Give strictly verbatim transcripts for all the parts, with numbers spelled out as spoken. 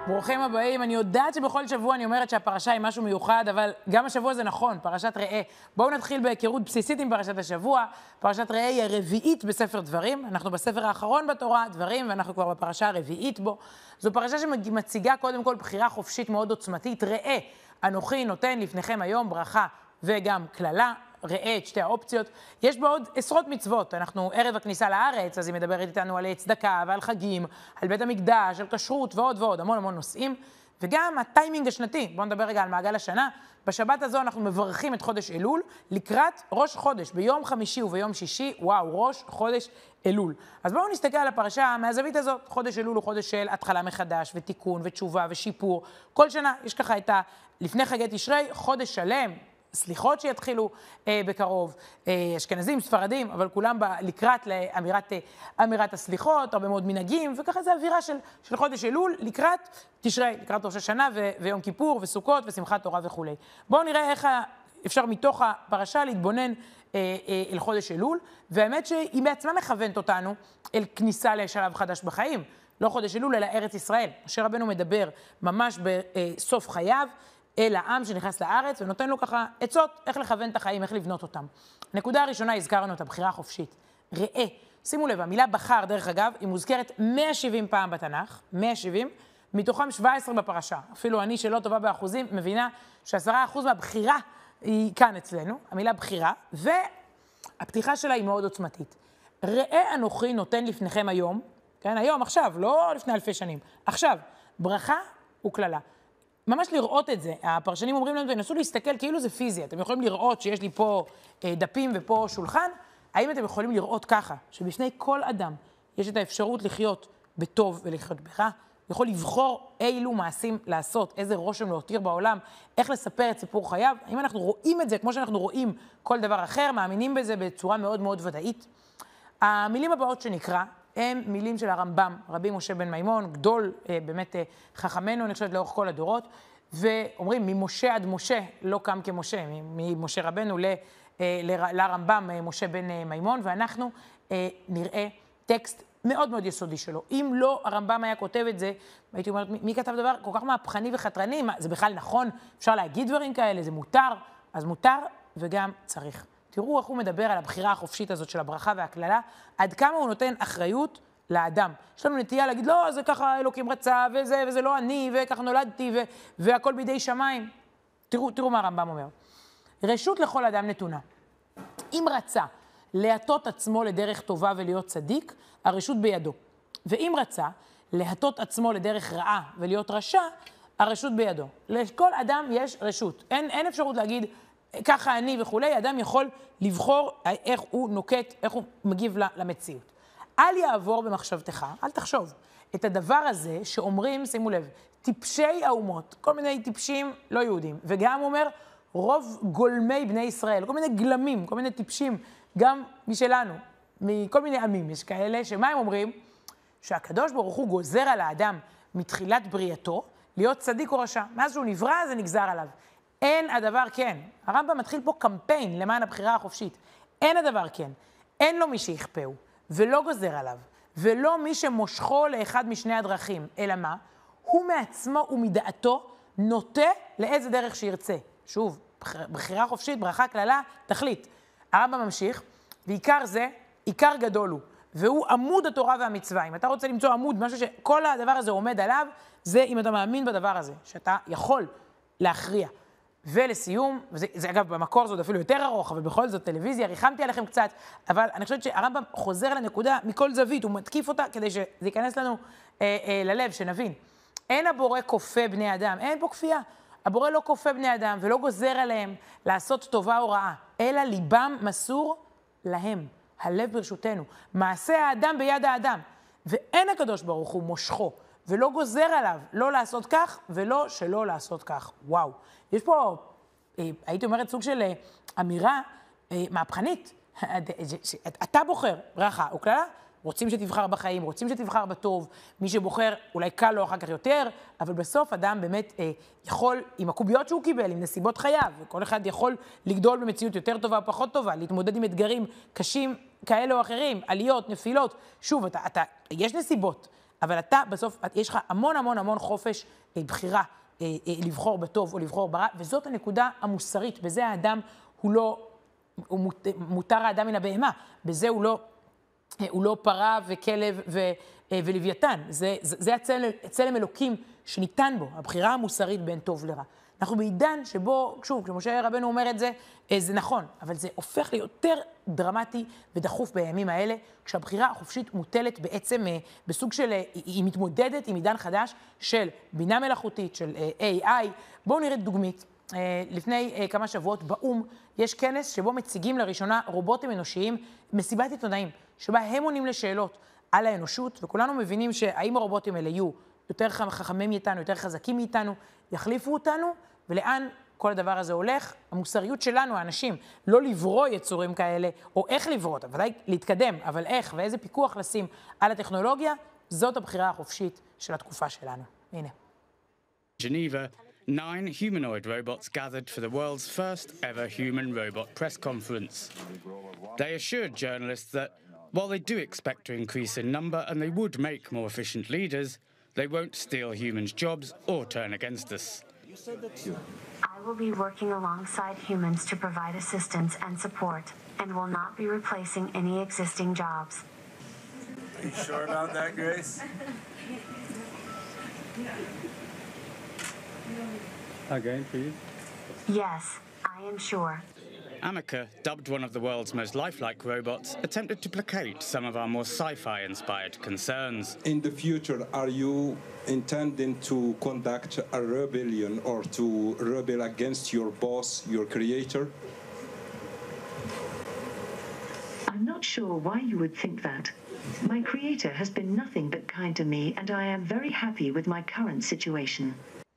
ברוכים הבאים. אני יודעת שבכל שבוע אני אומרת שהפרשה היא משהו מיוחד, אבל גם השבוע זה נכון, פרשת ראה. בואו נתחיל בהיכרות בסיסית עם פרשת השבוע. פרשת ראה היא הרביעית בספר דברים. אנחנו בספר האחרון בתורה, דברים, ואנחנו כבר בפרשה הרביעית בו. זו פרשה שמציגה קודם כל בחירה חופשית מאוד עוצמתית. ראה, אנוכי נותן לפניכם היום ברכה וגם כללה. ראה את שתי האופציות. יש בה עוד עשרות מצוות. אנחנו ערב הכניסה לארץ, אז היא מדברת איתנו על צדקה ועל חגים, על בית המקדש, על כשרות ועוד ועוד, המון המון נושאים. וגם הטיימינג השנתי, בואו נדבר רגע על מעגל השנה. בשבת הזו אנחנו מברכים את חודש אלול לקראת ראש חודש, ביום חמישי וביום שישי, וואו, ראש חודש אלול. אז בואו נסתכל על הפרשה מהזווית הזאת. חודש אלול הוא חודש של התחלה מחדש ותיקון ותשובה ושיפור. כל שנה יש ככה את ה... לפני חגי תשרי, חודש שלם, סליחות שיתחילו אה, בקרוב, אה, אשכנזים, ספרדים, אבל כולם ב- לקראת לאמירת אה, אמירת הסליחות, הרבה מאוד מנהגים, וככה זה אווירה של, של חודש אלול, לקראת תשרי, לקראת ראש השנה ו- ויום כיפור וסוכות ושמחת תורה וכו'. בואו נראה איך ה- אפשר מתוך הפרשה להתבונן אה, אה, אל חודש אלול, והאמת שהיא בעצמה מכוונת אותנו אל כניסה לשלב חדש בחיים, לא חודש אלול אלא ארץ ישראל. משה רבנו מדבר ממש בסוף חייו, אל העם שנכנס לארץ, ונותן לו ככה עצות איך לכוון את החיים, איך לבנות אותם. נקודה הראשונה, הזכרנו את הבחירה החופשית. ראה, שימו לב, המילה בחר, דרך אגב, היא מוזכרת מאה ושבעים פעם בתנ"ך, מאה ושבעים, מתוכם שבע עשרה בפרשה. אפילו אני שלא טובה באחוזים, מבינה שעשרה אחוז מהבחירה היא כאן אצלנו, המילה בחירה, והפתיחה שלה היא מאוד עוצמתית. ראה אנוכי נותן לפניכם היום, כן, היום, עכשיו, לא לפני אלפי שנים, עכשיו, ברכה וכללה. ממש לראות את זה. הפרשנים אומרים לנו, תנסו להסתכל כאילו זה פיזי. אתם יכולים לראות שיש לי פה אה, דפים ופה שולחן. האם אתם יכולים לראות ככה, שבפני כל אדם יש את האפשרות לחיות בטוב ולחיות ברע? הוא יכול לבחור אילו מעשים לעשות, איזה רושם להותיר בעולם, איך לספר את סיפור חייו. האם אנחנו רואים את זה כמו שאנחנו רואים כל דבר אחר, מאמינים בזה בצורה מאוד מאוד ודאית? המילים הבאות שנקרא, הם מילים של הרמב"ם, רבי משה בן מימון, גדול, אה, באמת אה, חכמנו, אני חושבת, לאורך כל הדורות, ואומרים, ממשה עד משה לא קם כמשה, ממשה רבנו ל, אה, ל, לרמב"ם, אה, משה בן אה, מימון, ואנחנו אה, נראה טקסט מאוד מאוד יסודי שלו. אם לא הרמב"ם היה כותב את זה, הייתי אומרת, מי, מי כתב דבר כל כך מהפכני וחתרני? מה, זה בכלל נכון? אפשר להגיד דברים כאלה? זה מותר? אז מותר וגם צריך. תראו איך הוא מדבר על הבחירה החופשית הזאת של הברכה והכללה, עד כמה הוא נותן אחריות לאדם. יש לנו נטייה להגיד, לא, זה ככה אלוקים רצה, וזה, וזה לא אני, וככה נולדתי, ו- והכל בידי שמיים. תראו, תראו מה הרמב"ם אומר. רשות לכל אדם נתונה. אם רצה להטות עצמו לדרך טובה ולהיות צדיק, הרשות בידו. ואם רצה להטות עצמו לדרך רעה ולהיות רשע, הרשות בידו. לכל אדם יש רשות. אין, אין אפשרות להגיד, ככה אני וכולי, אדם יכול לבחור איך הוא נוקט, איך הוא מגיב למציאות. אל יעבור במחשבתך, אל תחשוב, את הדבר הזה שאומרים, שימו לב, טיפשי האומות, כל מיני טיפשים לא יהודים, וגם אומר רוב גולמי בני ישראל, כל מיני גלמים, כל מיני טיפשים, גם משלנו, מכל מיני עמים, יש כאלה שמה הם אומרים? שהקדוש ברוך הוא גוזר על האדם מתחילת בריאתו, להיות צדיק או רשע. מאז שהוא נברא זה נגזר עליו. אין הדבר כן. הרמב"ם מתחיל פה קמפיין למען הבחירה החופשית. אין הדבר כן. אין לו מי שיכפהו, ולא גוזר עליו, ולא מי שמושכו לאחד משני הדרכים. אלא מה? הוא מעצמו ומדעתו נוטה לאיזה דרך שירצה. שוב, בחירה חופשית, ברכה כללה, תחליט. הרמב"ם ממשיך, ועיקר זה, עיקר גדול הוא, והוא עמוד התורה והמצווה. אם אתה רוצה למצוא עמוד, משהו שכל הדבר הזה עומד עליו, זה אם אתה מאמין בדבר הזה, שאתה יכול להכריע. ולסיום, וזה, זה אגב במקור זאת אפילו יותר ארוך, אבל בכל זאת טלוויזיה, ריחמתי עליכם קצת, אבל אני חושבת שהרמב"ם חוזר לנקודה מכל זווית, הוא מתקיף אותה כדי שזה ייכנס לנו אה, אה, ללב, שנבין. אין הבורא כופה בני אדם, אין פה כפייה. הבורא לא כופה בני אדם ולא גוזר עליהם לעשות טובה או רעה, אלא ליבם מסור להם, הלב ברשותנו. מעשה האדם ביד האדם, ואין הקדוש ברוך הוא מושכו, ולא גוזר עליו לא לעשות כך ולא שלא לעשות כך. וואו. יש פה, הייתי אומרת, סוג של אמירה מהפכנית. אתה בוחר ברכה או כללה, רוצים שתבחר בחיים, רוצים שתבחר בטוב, מי שבוחר אולי קל לו אחר כך יותר, אבל בסוף אדם באמת יכול, עם הקוביות שהוא קיבל, עם נסיבות חייו, וכל אחד יכול לגדול במציאות יותר טובה או פחות טובה, להתמודד עם אתגרים קשים כאלה או אחרים, עליות, נפילות. שוב, אתה, אתה, יש נסיבות, אבל אתה בסוף, יש לך המון המון המון חופש בחירה, לבחור בטוב או לבחור ברע, וזאת הנקודה המוסרית. בזה האדם הוא לא, הוא מות, מותר האדם מן הבהמה, בזה הוא לא, הוא לא פרה וכלב ו, ולוויתן. זה, זה, זה הצלם, הצלם אלוקים שניתן בו, הבחירה המוסרית בין טוב לרע. אנחנו בעידן שבו, שוב, כשמשה רבנו אומר את זה, זה נכון, אבל זה הופך ליותר דרמטי ודחוף בימים האלה, כשהבחירה החופשית מוטלת בעצם בסוג של, היא מתמודדת עם עידן חדש של בינה מלאכותית, של איי איי. בואו נראה דוגמית. לפני כמה שבועות באום יש כנס שבו מציגים לראשונה רובוטים אנושיים, מסיבת עיתונאים, שבה הם עונים לשאלות על האנושות, וכולנו מבינים שהאם הרובוטים האלה יהיו יותר חכמים מאיתנו, יותר חזקים מאיתנו, יחליפו אותנו, ולאן כל הדבר הזה הולך? המוסריות שלנו, האנשים, לא לברוא יצורים כאלה, או איך לברוא אותם, ודאי להתקדם, אבל איך ואיזה פיקוח לשים על הטכנולוגיה, זאת הבחירה החופשית של התקופה שלנו. הנה. Geneva, nine humanoid robots gathered for the world's first ever human-robot press conference. They assured journalists that while they do expect to increase in number and they would make more efficient leaders, they won't steal humans' jobs or turn against us. I will be working alongside humans to provide assistance and support, and will not be replacing any existing jobs. Are you sure about that, Grace? Again, please. Yes, I am sure. Ameca, dubbed one of the world's most lifelike robots, attempted to placate some of our more sci-fi inspired concerns. In the future, are you intending to conduct a rebellion or to rebel against your boss, your creator? I'm not sure why you would think that. My creator has been nothing but kind to me, and I am very happy with my current situation.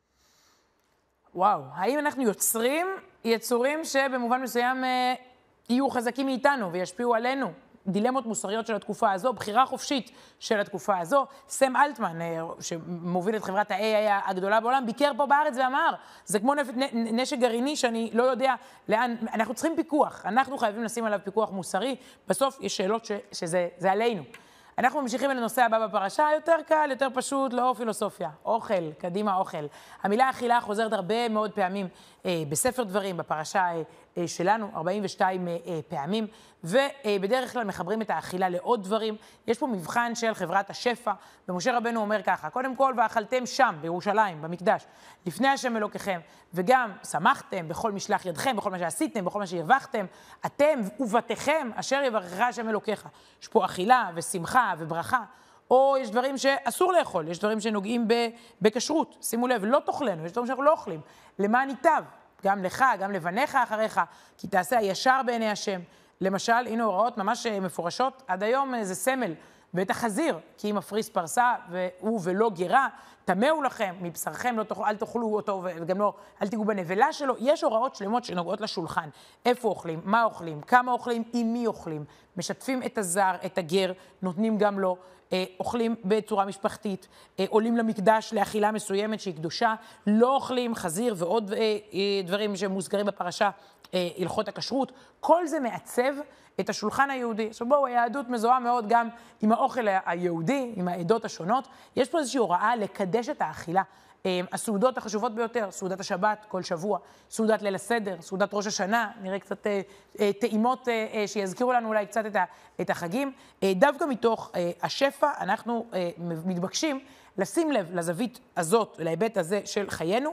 וואו, האם אנחנו יוצרים יצורים שבמובן מסוים אה, יהיו חזקים מאיתנו וישפיעו עלינו? דילמות מוסריות של התקופה הזו, בחירה חופשית של התקופה הזו. סם אלטמן, אה, שמוביל את חברת ה-איי איי הגדולה בעולם, ביקר פה בארץ ואמר, זה כמו נפ... נ... נשק גרעיני שאני לא יודע לאן, אנחנו צריכים פיקוח, אנחנו חייבים לשים עליו פיקוח מוסרי, בסוף יש שאלות ש... שזה זה עלינו. אנחנו ממשיכים לנושא הבא בפרשה, יותר קל, יותר פשוט, לא פילוסופיה. אוכל, קדימה אוכל. המילה אכילה חוזרת הרבה מאוד פעמים אה, בספר דברים, בפרשה אה, אה, שלנו, ארבעים ושתיים אה, אה, פעמים, ובדרך כלל מחברים את האכילה לעוד דברים. יש פה מבחן של חברת השפע, ומשה רבנו אומר ככה, קודם כל, ואכלתם שם, בירושלים, במקדש, לפני השם אלוקיכם, וגם שמחתם בכל משלח ידכם, בכל מה שעשיתם, בכל מה שיבחתם, אתם ובתיכם, אשר יברכך השם אלוקיך. יש פה אכילה ושמחה וברכה, או יש דברים שאסור לאכול, יש דברים שנוגעים בכשרות. שימו לב, לא תאכלנו, יש דברים שאנחנו לא אוכלים. למען ייטב, גם לך, גם לבניך אחריך, כי תעשה הישר בעיני השם. למשל, הנה הוראות ממש מפורשות, עד היום זה סמל, ואת החזיר, כי אם מפריס פרסה, והוא ולא גירה, תמאו לכם, מבשרכם, לא תאכלו, אל תאכלו אותו, וגם לא, אל תיגעו בנבלה שלו. יש הוראות שלמות שנוגעות לשולחן. איפה אוכלים, מה אוכלים, כמה אוכלים, עם מי אוכלים. משתפים את הזר, את הגר, נותנים גם לו, אה, אוכלים בצורה משפחתית, אה, עולים למקדש לאכילה מסוימת שהיא קדושה, לא אוכלים חזיר ועוד אה, אה, דברים שמוזכרים בפרשה, אה, הלכות הכשרות. כל זה מעצב את השולחן היהודי. עכשיו בואו, היהדות מזוהה מאוד גם עם האוכל היהודי, עם העדות השונות. יש פה איזושהי הוראה לקדש את האכילה. הסעודות החשובות ביותר, סעודת השבת כל שבוע, סעודת ליל הסדר, סעודת ראש השנה, נראה קצת טעימות שיזכירו לנו אולי קצת את החגים. דווקא מתוך השפע אנחנו מתבקשים לשים לב לזווית הזאת, להיבט הזה של חיינו,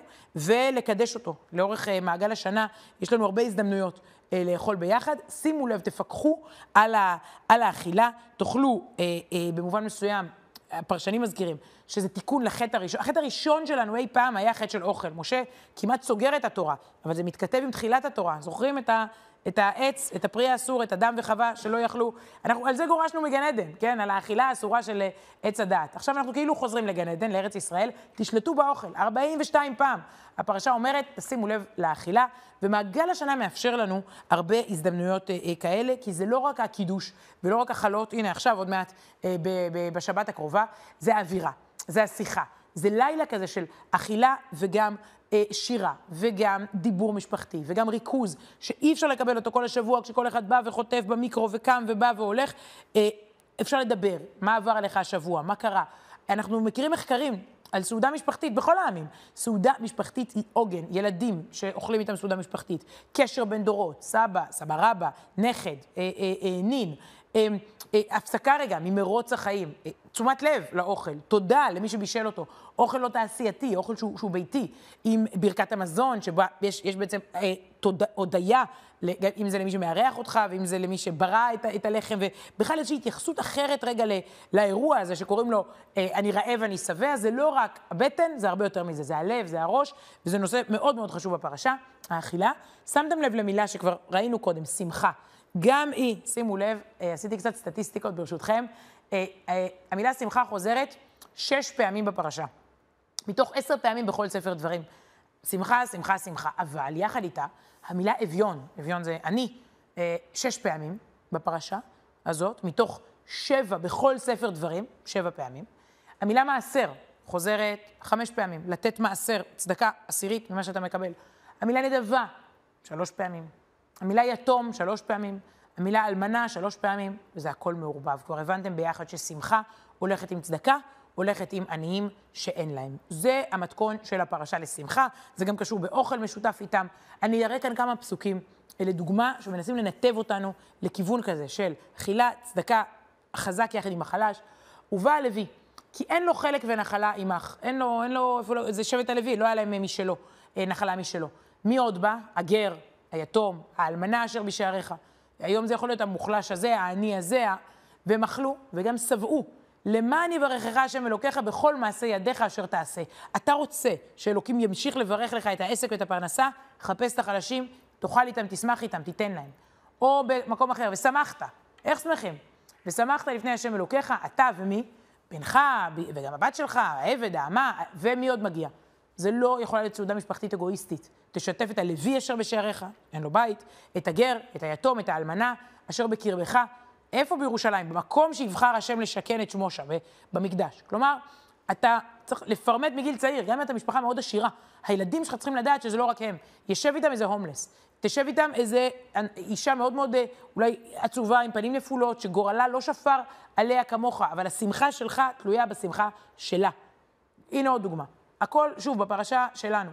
ולקדש אותו. לאורך מעגל השנה יש לנו הרבה הזדמנויות לאכול ביחד. שימו לב, תפקחו על, ה, על האכילה, תאכלו אה, אה, במובן מסוים, הפרשנים מזכירים, שזה תיקון לחטא הראשון. החטא הראשון שלנו אי פעם היה חטא של אוכל. משה כמעט סוגר את התורה, אבל זה מתכתב עם תחילת התורה. זוכרים את ה... את העץ, את הפרי האסור, את אדם וחווה שלא יכלו. אנחנו על זה גורשנו מגן עדן, כן? על האכילה האסורה של עץ הדעת. עכשיו אנחנו כאילו חוזרים לגן עדן, לארץ ישראל, תשלטו באוכל, ארבעים ושתיים פעם. הפרשה אומרת, תשימו לב לאכילה, ומעגל השנה מאפשר לנו הרבה הזדמנויות אה, אה, כאלה, כי זה לא רק הקידוש ולא רק החלות, הנה עכשיו עוד מעט אה, ב- ב- בשבת הקרובה, זה האווירה, זה השיחה. זה לילה כזה של אכילה וגם אה, שירה, וגם דיבור משפחתי, וגם ריכוז, שאי אפשר לקבל אותו כל השבוע, כשכל אחד בא וחוטף במיקרו וקם ובא והולך, אה, אפשר לדבר, מה עבר עליך השבוע, מה קרה. אנחנו מכירים מחקרים על סעודה משפחתית בכל העמים. סעודה משפחתית היא עוגן, ילדים שאוכלים איתם סעודה משפחתית, קשר בין דורות, סבא, סבא רבא, נכד, אה, אה, אה, נין, אה, אה, הפסקה רגע ממרוץ החיים, אה, תשומת לב לאוכל, תודה למי שבישל אותו, אוכל לא תעשייתי, אוכל שהוא, שהוא ביתי, עם ברכת המזון, שבה יש, יש בעצם אה, תודה, הודיה, אם זה למי שמארח אותך, ואם זה למי שברא את, את הלחם, ובכלל איזושהי התייחסות אחרת רגע ל, לאירוע הזה, שקוראים לו, אה, אני רעב, אני שבע, זה לא רק הבטן, זה הרבה יותר מזה, זה הלב, זה הראש, וזה נושא מאוד מאוד חשוב בפרשה, האכילה. שמתם לב למילה שכבר ראינו קודם, שמחה. גם היא, שימו לב, אה, עשיתי קצת סטטיסטיקות ברשותכם, אה, אה, המילה שמחה חוזרת שש פעמים בפרשה, מתוך עשר פעמים בכל ספר דברים. שמחה, שמחה, שמחה, אבל יחד איתה, המילה אביון, אביון זה אני, שש פעמים בפרשה הזאת, מתוך שבע בכל ספר דברים, שבע פעמים. המילה מעשר חוזרת חמש פעמים, לתת מעשר, צדקה עשירית ממה שאתה מקבל. המילה נדבה, שלוש פעמים. המילה יתום, שלוש פעמים. המילה אלמנה, שלוש פעמים, וזה הכל מעורבב. כבר הבנתם ביחד ששמחה הולכת עם צדקה, הולכת עם עניים שאין להם. זה המתכון של הפרשה לשמחה, זה גם קשור באוכל משותף איתם. אני אראה כאן כמה פסוקים, אלה דוגמה שמנסים לנתב אותנו לכיוון כזה של אכילה, צדקה, חזק יחד עם החלש. ובא הלוי, כי אין לו חלק ונחלה עמך, אין לו, אין לו, איפה לא, זה שבט הלוי, לא היה להם משלו, נחלה משלו. מי עוד בא? הגר, היתום, האלמנה אשר בשעריך. היום זה יכול להיות המוחלש הזה, העני הזה, והם אכלו וגם שבעו. למען יברכך השם אלוקיך בכל מעשה ידיך אשר תעשה. אתה רוצה שאלוקים ימשיך לברך לך את העסק ואת הפרנסה, חפש את החלשים, תאכל איתם, תשמח איתם, תיתן להם. או במקום אחר, ושמחת. איך שמחים? ושמחת לפני השם אלוקיך, אתה ומי? בנך, וגם הבת שלך, העבד, האמה, ומי עוד מגיע. זה לא יכולה להיות סעודה משפחתית אגואיסטית. תשתף את הלוי אשר בשעריך, אין לו בית, את הגר, את היתום, את האלמנה, אשר בקרבך. איפה בירושלים? במקום שיבחר השם לשכן את שמו שם, במקדש. כלומר, אתה צריך לפרמט מגיל צעיר, גם אם אתה משפחה מאוד עשירה. הילדים שלך צריכים לדעת שזה לא רק הם. ישב איתם איזה הומלס. תשב איתם איזה אישה מאוד מאוד אולי עצובה, עם פנים נפולות, שגורלה לא שפר עליה כמוך, אבל השמחה שלך תלויה בשמחה שלה. הנה עוד דוגמה. הכל, שוב, בפרשה שלנו.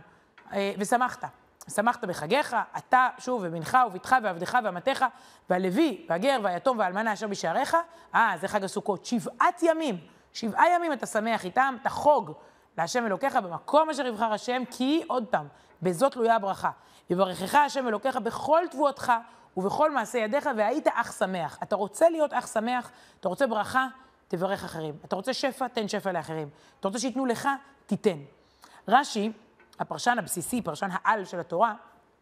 ושמחת. שמחת בחגיך, אתה, שוב, ובנך ובתך ועבדך ועמתך, והלוי, והגר, והיתום, והאלמנה אשר בשעריך, אה, זה חג הסוכות. שבעת ימים, שבעה ימים אתה שמח איתם, תחוג להשם אלוקיך במקום אשר יבחר השם, כי עוד פעם, בזאת תלויה הברכה. יברכך השם אלוקיך בכל תבואתך ובכל מעשה ידיך, והיית אח שמח. אתה רוצה להיות אח שמח, אתה רוצה ברכה, תברך אחרים. אתה רוצה שפע, תן שפע לאחרים. אתה רוצה שיתנו לך, תיתן. רש"י, הפרשן הבסיסי, פרשן העל של התורה,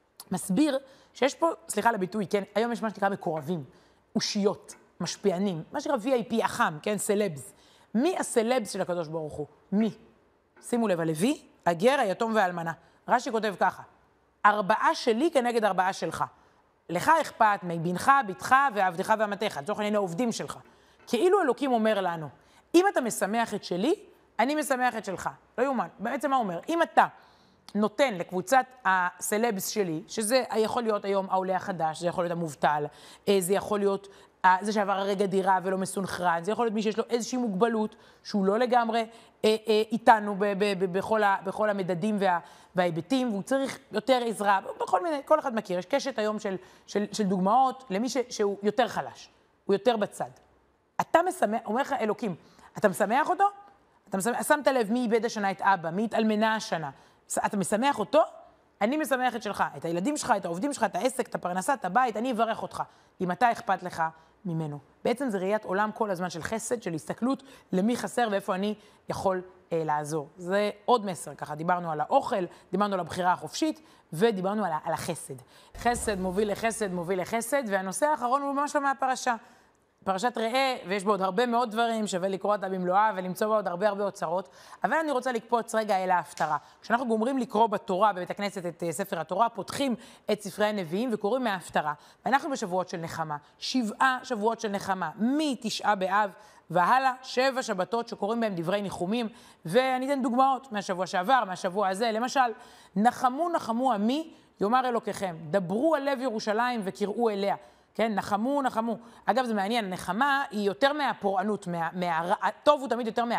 מסביר שיש פה, סליחה לביטוי, כן, היום יש מה שנקרא מקורבים, אושיות, משפיענים, מה שנקרא וי איי פי החם, כן, סלבס. מי הסלבס של הקדוש ברוך הוא? מי? שימו לב, הלוי, הגר, היתום והאלמנה. רש"י כותב ככה, ארבעה שלי כנגד ארבעה שלך. לך אכפת מבנך, בתך ועבדך ועמתך, לצורך העניין העובדים שלך. כאילו אלוקים אומר לנו, אם אתה משמח את שלי, אני משמח את שלך. לא יומן. בעצם מה אומר? אם אתה נותן לקבוצת הסלבס שלי, שזה יכול להיות היום העולה החדש, זה יכול להיות המובטל, זה יכול להיות זה שעבר הרגע דירה ולא מסונכרן, זה יכול להיות מי שיש לו איזושהי מוגבלות, שהוא לא לגמרי אה, אה, איתנו ב- ב- ב- בכל, ה- בכל המדדים וה- וההיבטים, והוא צריך יותר עזרה, בכל מיני, כל אחד מכיר, יש קשת היום של, של, של דוגמאות למי ש- שהוא יותר חלש, הוא יותר בצד. אתה משמח, אומר לך אלוקים, אתה משמח אותו? אתה משמח, שמת לב מי איבד השנה את אבא, מי התאלמנה השנה, אתה משמח אותו? אני משמח את שלך, את הילדים שלך, את העובדים שלך, את העסק, את הפרנסה, את הבית, אני אברך אותך, אם אתה אכפת לך ממנו. בעצם זה ראיית עולם כל הזמן של חסד, של הסתכלות למי חסר ואיפה אני יכול אה, לעזור. זה עוד מסר, ככה דיברנו על האוכל, דיברנו על הבחירה החופשית, ודיברנו על, על החסד. חסד מוביל לחסד, מוביל לחסד, והנושא האחרון הוא ממש לא מהפרשה. פרשת ראה, ויש בו עוד הרבה מאוד דברים, שווה לקרוא אותה במלואה ולמצוא בה עוד הרבה הרבה אוצרות, אבל אני רוצה לקפוץ רגע אל ההפטרה. כשאנחנו גומרים לקרוא בתורה, בבית הכנסת את ספר התורה, פותחים את ספרי הנביאים וקוראים מההפטרה. ואנחנו בשבועות של נחמה, שבעה שבועות של נחמה, מתשעה באב והלאה, שבע שבתות שקוראים בהם דברי ניחומים, ואני אתן דוגמאות מהשבוע שעבר, מהשבוע הזה, למשל, נחמו נחמו עמי, יאמר אלוקיכם, דברו על לב ירושלים וקראו אליה. כן, נחמו, נחמו. אגב, זה מעניין, הנחמה היא יותר מהפורענות, מה, מהרע, הטוב הוא תמיד יותר מהרע.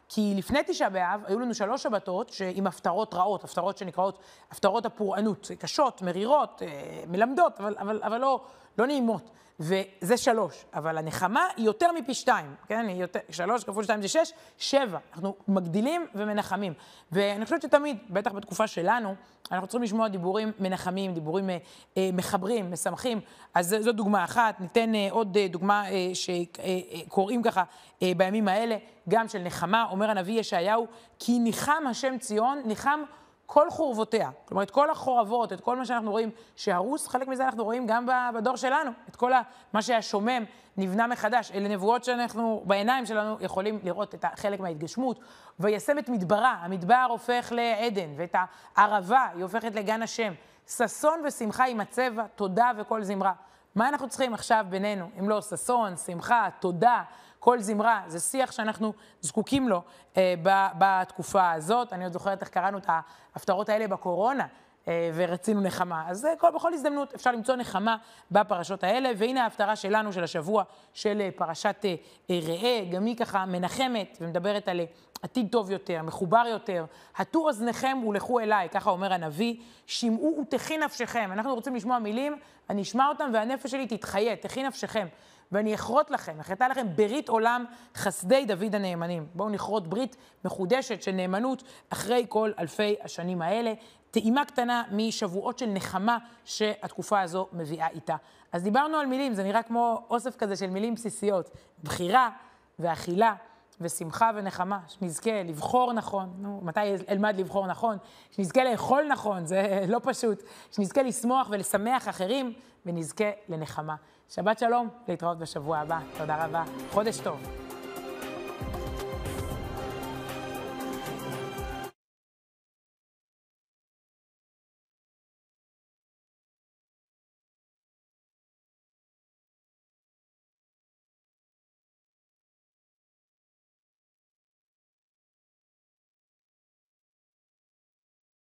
כי לפני תשעה באב היו לנו שלוש שבתות עם הפטרות רעות, הפטרות שנקראות הפטרות הפורענות, קשות, מרירות, מלמדות, אבל, אבל, אבל לא, לא נעימות. וזה שלוש, אבל הנחמה היא יותר מפי שתיים, כן? היא יותר, שלוש כפול שתיים זה שש, שבע. אנחנו מגדילים ומנחמים. ואני חושבת שתמיד, בטח בתקופה שלנו, אנחנו צריכים לשמוע דיבורים מנחמים, דיבורים אה, אה, מחברים, משמחים. אז זו דוגמה אחת. ניתן אה, עוד אה, דוגמה אה, שקוראים אה, ככה אה, בימים האלה, גם של נחמה. אומר הנביא ישעיהו, כי ניחם השם ציון, ניחם כל חורבותיה. כלומר, את כל החורבות, את כל מה שאנחנו רואים שהרוס, חלק מזה אנחנו רואים גם בדור שלנו. את כל מה שהיה שומם נבנה מחדש. אלה נבואות שאנחנו בעיניים שלנו יכולים לראות את חלק מההתגשמות. וישם את מדברה, המדבר הופך לעדן, ואת הערבה היא הופכת לגן השם. ששון ושמחה עם הצבע, תודה וכל זמרה. מה אנחנו צריכים עכשיו בינינו? אם לא ששון, שמחה, תודה, כל זמרה, זה שיח שאנחנו זקוקים לו אה, בתקופה הזאת. אני עוד זוכרת איך קראנו את ההפטרות האלה בקורונה, אה, ורצינו נחמה. אז כל, בכל הזדמנות אפשר למצוא נחמה בפרשות האלה, והנה ההפטרה שלנו, של השבוע, של פרשת אה, ראה, גם היא ככה מנחמת ומדברת על עתיד טוב יותר, מחובר יותר. הטו אוזניכם ולכו אליי, ככה אומר הנביא, שמעו ותחי נפשכם. אנחנו רוצים לשמוע מילים, אני אשמע אותם והנפש שלי תתחיה, תחי נפשכם. ואני אחרות לכם, אחרתה לכם ברית עולם חסדי דוד הנאמנים. בואו נכרות ברית מחודשת של נאמנות אחרי כל אלפי השנים האלה. טעימה קטנה משבועות של נחמה שהתקופה הזו מביאה איתה. אז דיברנו על מילים, זה נראה כמו אוסף כזה של מילים בסיסיות. בחירה ואכילה ושמחה ונחמה, שנזכה לבחור נכון. נו, מתי אלמד לבחור נכון? שנזכה לאכול נכון, זה לא פשוט. שנזכה לשמוח ולשמח אחרים ונזכה לנחמה. שבת שלום, להתראות בשבוע הבא. תודה רבה. חודש טוב.